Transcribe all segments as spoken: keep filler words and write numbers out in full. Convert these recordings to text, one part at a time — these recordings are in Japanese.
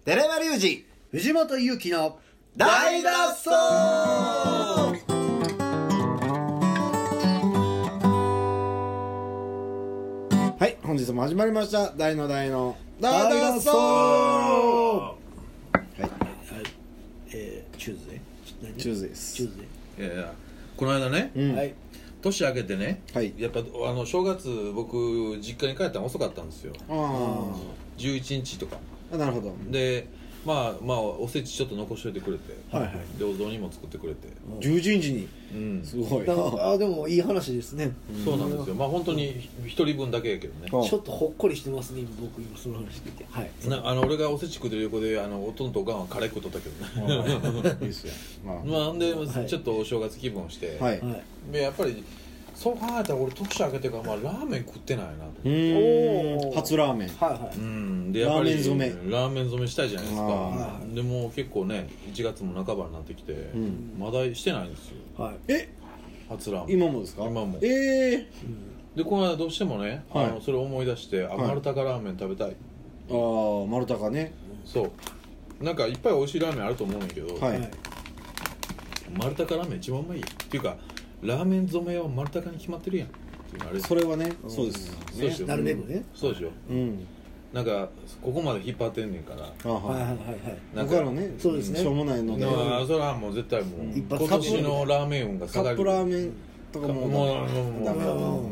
寺山隆二藤本勇樹の大脱走。はい、本日も始まりました大の大の大脱走。はい、はい、 えー、チューズデーチューズデーです。 チューズデいやいやこの間ね、 うん、 ーはい年明けてね、 はい、 やっぱあの正月僕実家に帰ったの遅かったんですよ。 あじゅういちにちとかあ、なるほど。 でまあまあおせちちょっと残しといてくれて、 はいはい、 でお雑煮も作ってくれてじゅういちにちに、 うん、 すごい。 あでもいい話ですね。 そうなんですよ。まあ本当に一人分だけやけどね。 ちょっとほっこりしてますね僕今その話聞いて。はいなあの俺がおせち食ってる横であのおとんとおかんはカレー食っとったけどね。 いいっすよ。まあ、 まあんで、 はい、 ちょっとお正月気分をして、 はい、 でやっぱりそう考えたら俺年明けてからまあラーメン食ってないなと。 うーん、初ラーメン。 はいはい。 うんでやっぱりラーメン染めラーメン染めしたいじゃないですか。 はい、 でも結構ねいちがつも半ばになってきて、うん、まだしてないんですよ。 はい。 え、 初ラーメン今もですか？ 今も。 ええー。 でこの間どうしてもね、はい、あのそれを思い出して、あ、 はい、 丸高ラーメン食べたい。 ああ、丸高ね。 そうなんかいっぱい美味しいラーメンあると思うんだけど、 はい、 丸高ラーメン一番うまいやっていうかラーメン染めは丸高に決まってるやん。 それはね、そうです、ね、 そうですよ。 なるべくね。 そうでしょ。うん。なんかここまで引っ張ってんねんから。 あはいはいはいはい。 だからね、そうですね。しょうもないので。 ああ、それはもう絶対もう今年のラーメン運が下がる。 カップラーメンとかももうダメだ。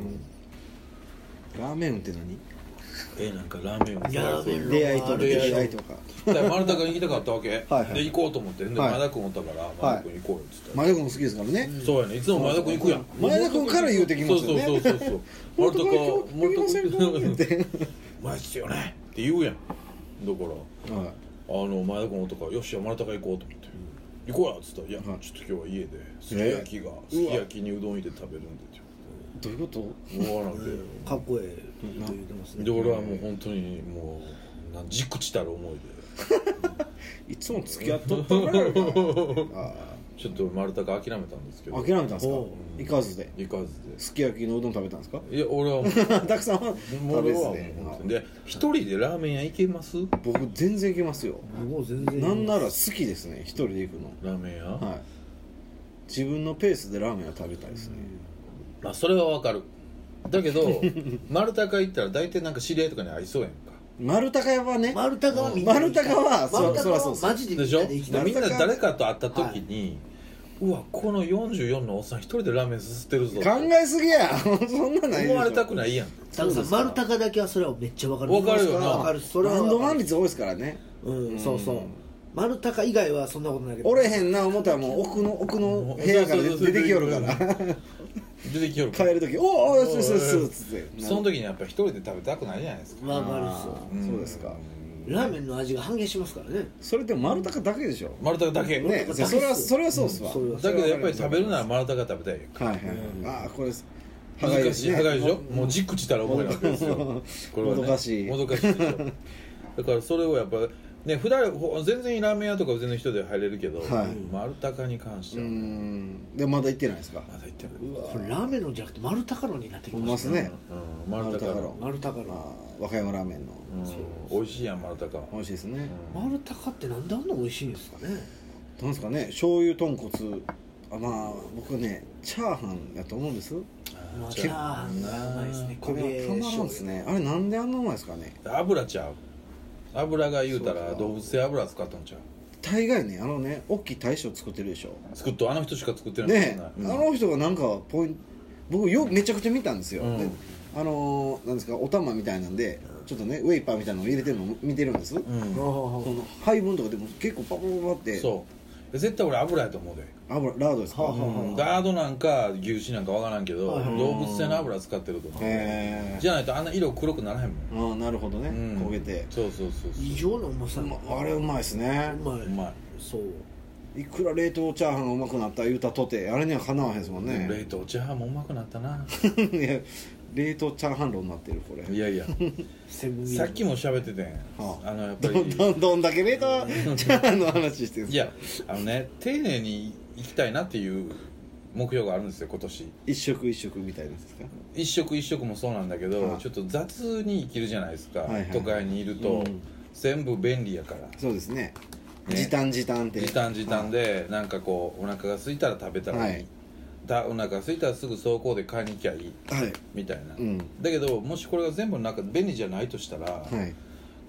ラーメン運って何？ えなんかラーメン運。 出会いと出会いとか。 丸高に行きたかったわけ。で行こうと思って、で前田君おったから前田君行こうよっつって。 前田君好きですからね。 そうやね。いつも前田君行くやん。 前田君から言うてきますよね。 そうそうそうそう。丸高丸高って前っすよねって言うやん。だからあの前田君おったからよし丸高行こうと思って行こうやっつったらいやちょっと今日は家ですき焼きがすき焼きにうどん入れて食べるんで。 どういうこと？ 思わなくてかっこええと言ってますね。 で俺はもう本当にもうなんじくちたる思いでいつも付き合っとったからちょっと丸高諦めたんですけど。 諦めたんですか？行かずで行かずですき焼きのうどん食べたんですか？ いや俺はたくさんは食べですね。 で一人でラーメン屋行けます？ 僕全然行けますよ。 もう全然なんなら好きですね一人で行くの。 ラーメン屋？ はい。自分のペースでラーメンを食べたいですね。 まあそれはわかる。だけど丸高行ったら大体なんか知り合いとかに会いそうやんか。 丸高屋はね、 丸高はみんな丸高はそそらそうマジででしょ。みんな誰かと会った時に、うわこのよんじゅうよんのおっさん一人でラーメンすすってるぞ。 考えすぎや。そんなないでしょ。 思われたくないやん。 多分さ丸高だけはそれはめっちゃわかる。 わかるよな。 わかる。それはハンドマン率多いですからね。 うん、そうそう。丸高以外はそんなことないけど。 おれへんな思ったらもう奥の奥の部屋から出てきよるから。 出てきよる帰る時おおよしよしよしっつって。 その時にやっぱ一人で食べたくないじゃないですか。 わかるっすよ。 そうですか。 ラーメンの味が半減しますからね。 それでも丸高だけでしょ。 丸高だけね。それはそれはそうっすわ。 だけどやっぱり食べるなら丸高食べたいよ。 はいはい。ああこれ難しい。歯がいでしょ。もうじっくちたら思えなわけですよ。これはもどかしい。 もどかしいでしょ。だからそれをやっぱね、普段全然ラーメン屋とか全然人で入れるけど、はい、丸高に関しては、うん、 でまだ行ってないですか？ まだ行ってない。 これラーメンのじゃなくて丸高のになってきましたね。 うん、丸高の丸高の和歌山ラーメンの、 うん、美味しいやん丸高。 美味しいですね。 うん、丸高ってなんであんな美味しいんですかね。 なんですかね、醤油豚骨、あまあ僕ねチャーハンやと思うんです。 まあ、チャーハンがうまいですね。 これたまらんですね。あれなんであんなうまいですかね。 油ちゃう。油が言うたら動物性油使ったんちゃう。 大概ねあのね大きい大将作ってるでしょ。 作っとあの人しか作ってないね、うん、あの人がなんかポイント僕よめちゃくちゃ見たんですよ、うん、であのー、なんですかお玉みたいなんでちょっとねウェイパーみたいなのを入れてるのを見てるんです、うん、その配分とかでも結構パパパパってそう絶対俺油やと思うで。 油ラードですか？ うん、ラードなんか牛脂なんかわからんけど動物性の油使ってると思う。じゃないとあんな色黒くならへんもん。 ああなるほどね、うん、焦げてそうそうそうそう異常なうまさ、 まあれうまいですね。 うまいうまい。 そういくら冷凍チャーハンがうまくなった言うたとてあれにはかなわへんですもんね。 冷凍チャーハンもうまくなったな。 いや冷凍チャーハン論になってるこれ。 いやいやさっきも喋っててん、はあ、あのやっぱりど, どんだけ冷凍チャーハンの話してるんですか？ いやあのね丁寧に行きたいなっていう目標があるんですよ今年。 一食一食みたいなやつですか？ 一食一食もそうなんだけど、はあ、ちょっと雑に生きるじゃないですか、はいはい、都会にいると、うん、 全部便利やからそうですね、 ね時短時短って時短時短でなんかこうお腹が空いたら食べたらいい、はい、だお腹が空いたらすぐ走行で買いに行きゃいい、はい、みたいな、うん、だけどもしこれが全部なんか便利じゃないとしたら、はい、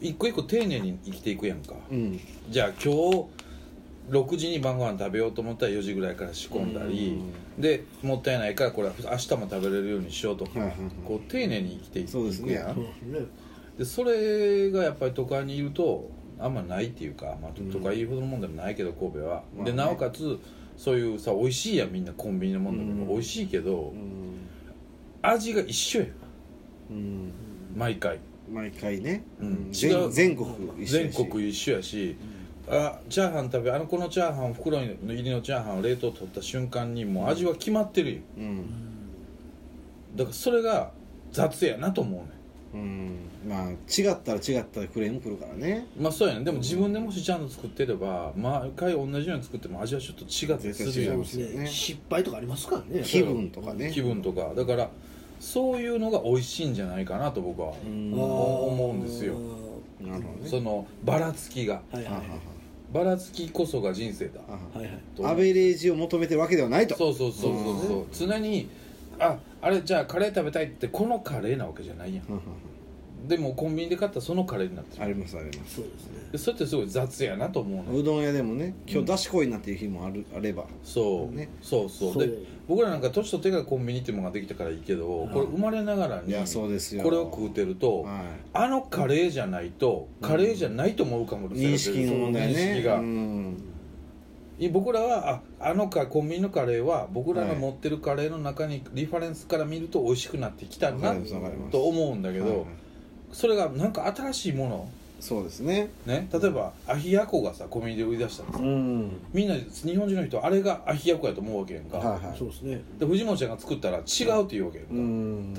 一個一個丁寧に生きていくやんか、うん、じゃあ今日ろくじに晩ご飯食べようと思ったらよじぐらいから仕込んだり、うん、でもったいないからこれは明日も食べれるようにしようとか、はいはいはい、こう丁寧に生きていくやん。そうですね。でそれがやっぱり都会にいるとあんまないっていうか、まあ、都会いうほどのもんでもないけど神戸は、うん、でなおかつそういうさ美味しいやんみんなコンビニのもんだけど、うん、美味しいけど、うん、味が一緒やん、うん、毎回毎回ね、 うん、違う全国一緒やし全国一緒やし、うん、あチャーハン食べあのこのチャーハン袋の入りのチャーハンを冷凍取った瞬間にもう味は決まってるよ、うん、だからそれが雑やなと思うねん。 うん、まあ違ったら違ったらクレーム来るからね。 まあそうやね。でも自分でもしちゃんと作ってれば毎回同じように作っても味はちょっと違ってするよね。失敗とかありますからね。 気分とかね。 気分とかだからそういうのが美味しいんじゃないかなと僕は思うんですよ。なるほどね。そのばらつきが、はいはいはい、ばらつきこそが人生だ。 はいはい、アベレージを求めてるわけではないと。 そうそうそうそうそう。常にああれじゃあカレー食べたいってこのカレーなわけじゃないやん、うんうん、でもコンビニで買ったらそのカレーになってる。 ありますあります。 そうですね。 でそれってすごい雑やなと思うの。 うどん屋でもね今日だし濃いなっていう日もある、うん、あればそう、ね、そうそうで僕らなんか年取ってからコンビニっていうのができたからいいけど、はい、これ生まれながらにこれを食うてると、はい、あのカレーじゃないとカレーじゃないと思うかもしれない、 認識の問題ね。 認識が、うん僕らは あ, あのかコンビニのカレーは僕らが持ってるカレーの中にリファレンスから見ると美味しくなってきたなと思うんだけど、はいはい、それがなんか新しいものそうですね。 ね例えばアヒヤコがさコンビニで売り出したんですよ、うん、みんな日本人の人はあれがアヒヤコやと思うわけやんか、はいはい、 そうですね。 で藤本ちゃんが作ったら違うって言うわけやんか、うん、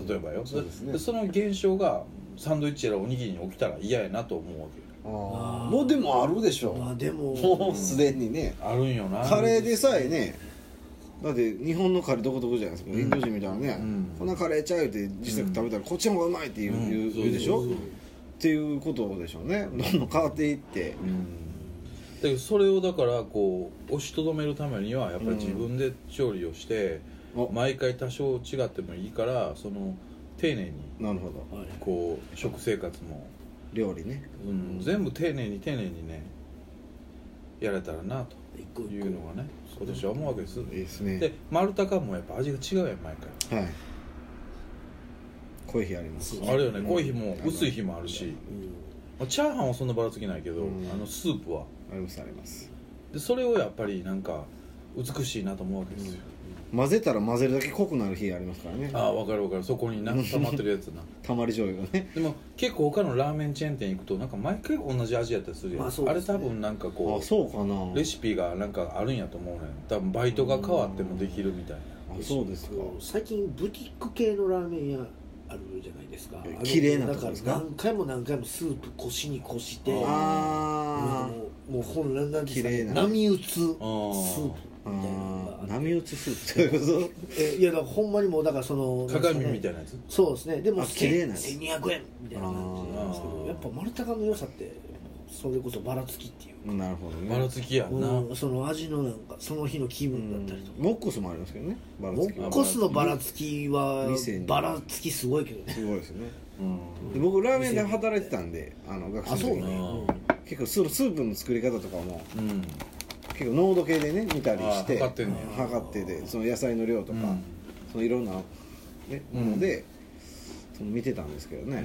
例えばよ そ, うです、ね、でその現象がサンドイッチやらおにぎりに起きたら嫌やなと思うわけよ。 あもうでもあるでしょ。 まあでももうすでにね、 うん、あるんよな。 カレーでさえねだって日本のカレーどこどこじゃないですか、うん、インド人みたいなね、うん、こんなカレーちゃうって実際食べたらこっちの方がうまいって言う、うん、言うでしょ、うん、っていうことでしょうね。どんどん変わっていって、うん、 だけどそれをだからこう押しとどめるためにはやっぱり自分で調理をして、うん、毎回多少違ってもいいからその丁寧になるほどこう食生活も料理ね、 うん、全部丁寧に丁寧にねやれたらなというのがね今年は思うわけです。いいですね。で丸高もやっぱ味が違うやん毎回。はい。 濃い日あります。 あるよね、濃い日も薄い日もあるし、うん、チャーハンはそんなばらつきないけど、うん、あのスープはありますあります。 でそれをやっぱりなんか美しいなと思うわけですよ。 うん、混ぜたら混ぜるだけ濃くなる日ありますからね。 ああ分かる分かる。そこにな溜まってるやつなたまり醤油がね。 でも結構他のラーメンチェーン店行くとなんか毎回同じ味やったりするやん、まあそうですね、あれ多分なんかこうあそうかなレシピがなんかあるんやと思うねん。多分バイトが変わってもできるみたいな。 あそうですか。 最近ブティック系のラーメン屋あるじゃないですか。 綺麗なとこですか。 何回も何回もスープこしにこしてああもう本来なんですかね波打つスープみたいな波打つスープってことえいやだからほんまにもうだからその鏡みたいなやつそうですね。でも綺麗なせんにひゃくえんみたいな感じなんですけどやっぱ丸高の良さってそれこそばらつきっていうかなるほどねばらつきやんな、 うん、その味のなんかその日の気分だったりとか、 うん、モッコスもありますけどね。 バラつきモッコスのばらつきはばらつきすごいけどね。 すごいですね、うん、で僕ラーメンで働いてたんであの学生の時に、ね、結構そのスープの作り方とかも、うん結構濃度計でね見たりして測ってんね測ってでその野菜の量とか、うん、そのいろんな、ね、もので、うん、その見てたんですけどね、うん、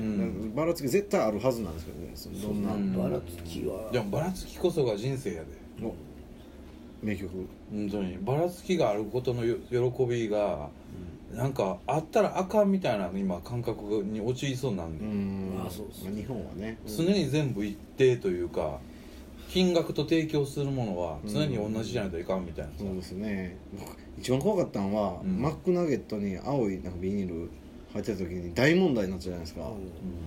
ばらつき絶対あるはずなんですけどね。そのどんな、 うん、ばらつきはでもばらつきこそが人生やで名曲本当にばらつきがあることの喜びが、うん、なんかあったらあかんみたいな今感覚に陥りそうなんで、 うんあそうです、まあ、日本はね常に全部一定というか金額と提供するものは常に同じじゃないといかんみたいな、 うん、そうですね。一番怖かったのは、うん、マックナゲットに青いなんかビニール入ってた時に大問題になったじゃないですか、うん、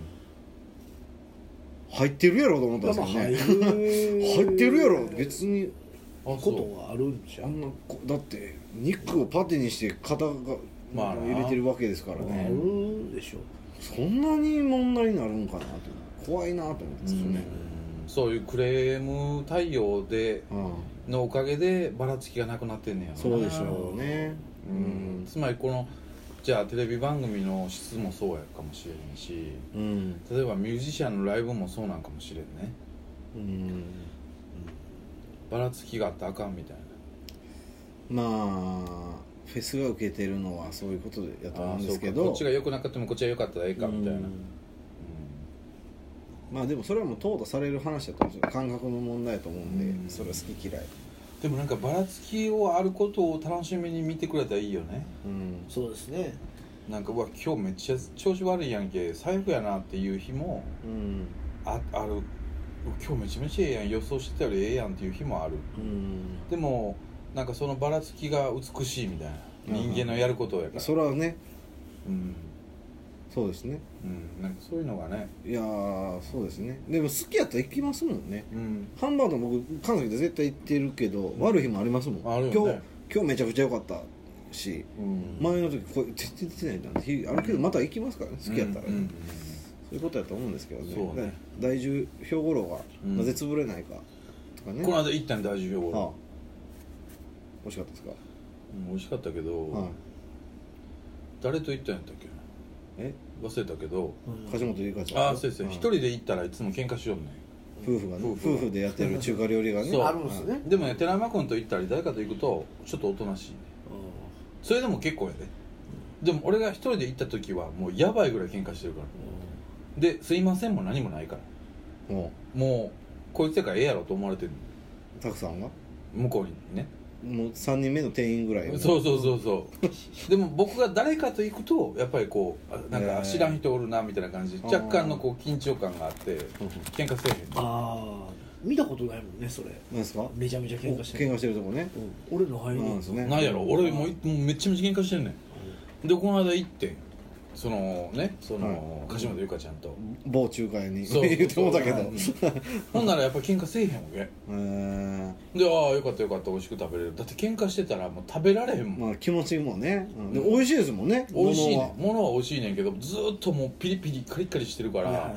入ってるやろと思ったんですよね入ってるやろ別にことはあるんじゃん。 あんなだって肉をパテにして肩が、まあ、入れてるわけですからね。 あるでしょ。 そんなに問題になるんかなと怖いなと思ってですよね。 そういうクレーム対応でのおかげでばらつきがなくなってんねやろな。 そうでしょうね、 うん、つまりこのじゃあテレビ番組の質もそうやかもしれんし、うん、例えばミュージシャンのライブもそうなんかもしれんね、うん、ばらつきがあったらあかんみたいな。まあフェスが受けてるのはそういうことやと思うんですけど、 こっちが良くなかったもこっちが良かったらええかみたいな、うんうん、 まあでもそれはもう淘汰される話だと思うんですよ。感覚の問題だと思うんで、うん、それは好き嫌い。 でもなんかばらつきをあることを楽しみに見てくれたらいいよね、 うん、そうですね。 なんかうわ今日めっちゃ調子悪いやんけ最悪やなっていう日も、うん、あ, ある今日めちゃめちゃええやん予想してたよりええやんっていう日もある、うん、でもなんかそのばらつきが美しいみたいな、人間のやることやから、 それはね、うん、そうですね、 うん、なんかそういうのがね、 いやーそうですね。でも好きやったら行きますもんね、うん、ハンバーガー僕関西で絶対行ってるけど、うん、悪い日もありますもん、あるよね、今日今日めちゃくちゃ良かったし、うん、前の時これ全然出てないなんて日あるけどまた行きますからね、好きやったらね、うんうんうん、そういうことやと思うんですけど ね, そうね。大樹兵庫楼がなぜ潰れないかとかね、 この間行ったん大樹兵庫楼、はあ、 美味しかったですか？ うん、美味しかったけど、はい、誰と行ったんやったっけ、え忘れたけど、 梶本優香ちゃん、 ああそうですね、一、はい、人で行ったらいつも喧嘩しようね、 夫婦がね、夫婦でやってる中華料理がねあるんですね、はい、 でもね寺山君と行ったり誰かと行くとちょっとおとなしい、ね、それでも結構やで、でも俺が一人で行った時はもうやばいぐらい喧嘩してるから、ですいませんも何もないから、もうもうこいつやからええやろと思われてるの、 たくさんが向こうにね、 もうさんにんめの店員ぐらい、 そうそうそうそうでも僕が誰かと行くとやっぱりこうなんか知らん人おるなみたいな感じ、若干のこう緊張感があって喧嘩せえへん、 ああ見たことないもんねそれ。 何ですか？ めちゃめちゃ喧嘩してる喧嘩してるとこね、 うん、俺の入りなんですね。なんやろ俺もうめちゃめちゃ喧嘩してんねん、うん、でこの間行ってそのねその梶本優香ちゃんと某中華屋に言ってもうたけど、 ほんならやっぱ喧嘩せえへんわけで、ああよかったよかった美味しく食べれる、だって喧嘩してたらもう食べられへんもん、 まあ気持ちもね、うん、で美味しいですもんね、 美味しいね、物は美味しいねんけどずっともうピリピリカリカリしてるから、はいはいはい、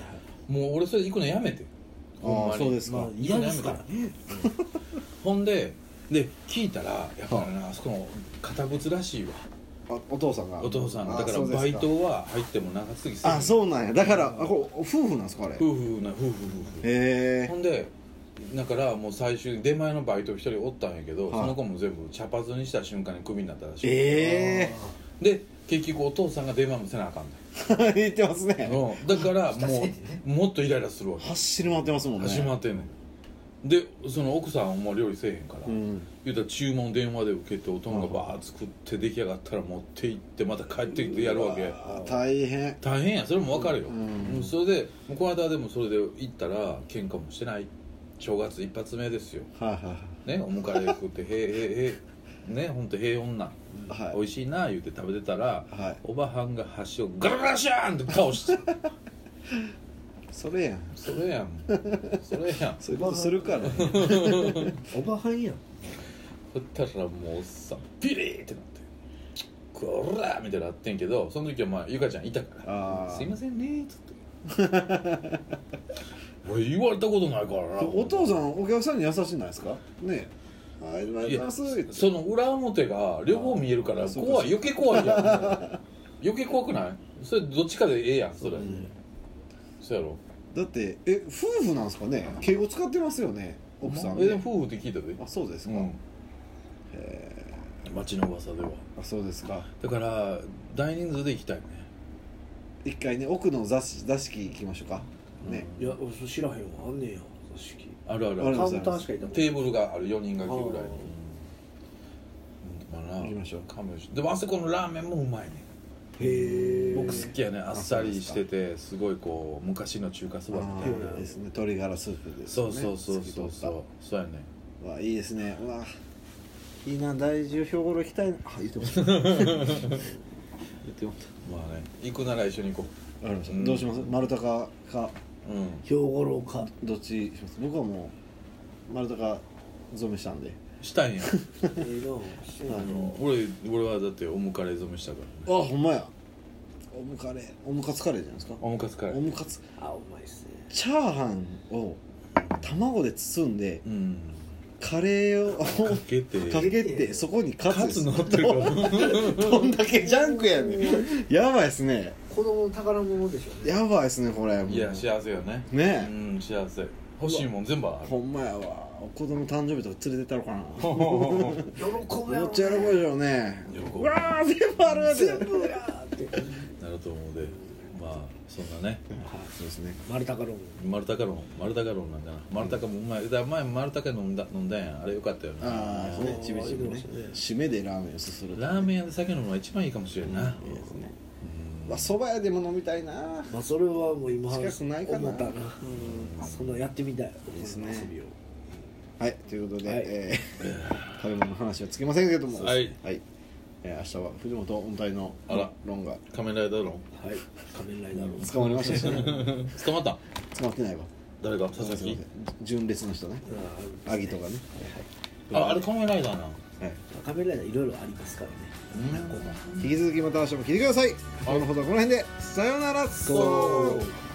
もう俺それ行くのやめて、 ああそうですか、まあ、 嫌ですからねほんでで聞いたらやっぱりなあそこの堅物らしいわ、 あお父さんがお父さんだからバイトは入っても長すぎすぎあそうなんや、だからあこれ夫婦なんですかあれ、 夫婦な夫婦夫婦へえ、 ほんでだからもう最終出前のバイト一人おったんやけど、はい、その子も全部茶髪にした瞬間にクビになったらしい、 ええで結局お父さんが出前もせなあかんね言ってますね、 うん、だからもうもっとイライラするわけ、 走り回ってますもんね、 走り回ってんねんでその奥さんはもう料理せえへんから、うん、言うたら注文電話で受けておとんがバーッ作って出来上がったら持って行ってまた帰ってきてやるわけ、 大変大変やそれも分かるよ、うん、それでこの間でもそれで行ったら喧嘩もしてない、正月一発目ですよ、はいはい、ねお迎え食ってへえへえへえねほんと平穏な、はい、美味しいな言うて食べてたら、はい、おばはんが箸をガラガラシャーンって倒してそれやんそれやんそれやんそういうことするからねおばはんやん、 そったらもうさピリーってなってこらーみたいになってんけど、その時はまあゆかちゃんいたからすいませんねーっつって言われたことないからな、 お父さんお客さんに優しいないですかねえ、ありがとうございます、 その裏表が両方見えるから怖い、余計怖いやん余計怖くない、それどっちかでええやんそれ、うん、そうやろ、 だってえ夫婦なんですかね、敬語使ってますよね奥さん、ね、 えでも夫婦って聞いたで、 あそうですか、うん、 へ町の噂では、 あそうですか、 だから大人数で行きたいね、 一回ね奥の座敷座敷行きましょうかね、 いや知らへんわ、あんねんや座敷、 あるあるある、 カウンターしかいたもん、 テーブルがあるよにん掛けぐらいに、 うん、行きましょう、 でもあそこのラーメンもうまいね、へえ、僕好きやね、あっさりしててすごいこう昔の中華そばみたいなですね、鶏ガラスープですね、 そうそうそうそうそうそうやね、 わいいですね、うわいいな、大樹兵庫行きたいな、あ言ってました言ってました、まあね行くなら一緒に行こう、うん、どうします、丸高か、 うん、兵庫楼か、 どっちします、僕はもう丸高染めしたんで、 したんやええな、あの俺俺はだってオムカレー染めしたから、 ね、あほんまや、オムカレー、オムカツカレーじゃないですか、 オムカツカレー、 オムカツ、 あうまいっすね、 チャーハンを卵で包んで、 うん、 カレーをかけてかけてそこにカツカツ乗ってるからどんだけジャンクやねんやばいっすね子供の宝物でしょうねやばいっすねこれいや幸せよねねえ、うん、幸せ欲しいもん全部あるほんまやわ子供誕生日とか連れてったろかな喜ぶやろめっちゃ喜ぶでしょうね喜ぶうわー全部あるやつ全部やーってなると思うでまあそんなねそうですね丸高ロン丸高ロン丸高ロンなんだな丸高もうまいだ前丸高飲んだ飲んだんやあれよかったよなああねちびちびね締めでラーメンをすするラーメン屋で酒飲むのが一番いいかもしれんな、うん、いいですねまあ蕎麦屋でも飲みたいなまあそれはもう今近くないかな思ったな、うん、そんなやってみたいですねはいということで、はいえー、食べ物の話はつけませんけどもはい、 はいえー、明日は藤本音体のあらロンが仮面ライダーロンはい仮面ライダーロン捕まりましたしね捕まった捕まってないわ誰が佐々木純烈の人ねアギとかねああれ仮面ライダーな、はい、 仮面ライダーいろいろありますからね、 うん、引き続きまた明日も聞いてください。このほどはこの辺でさようなら。 そう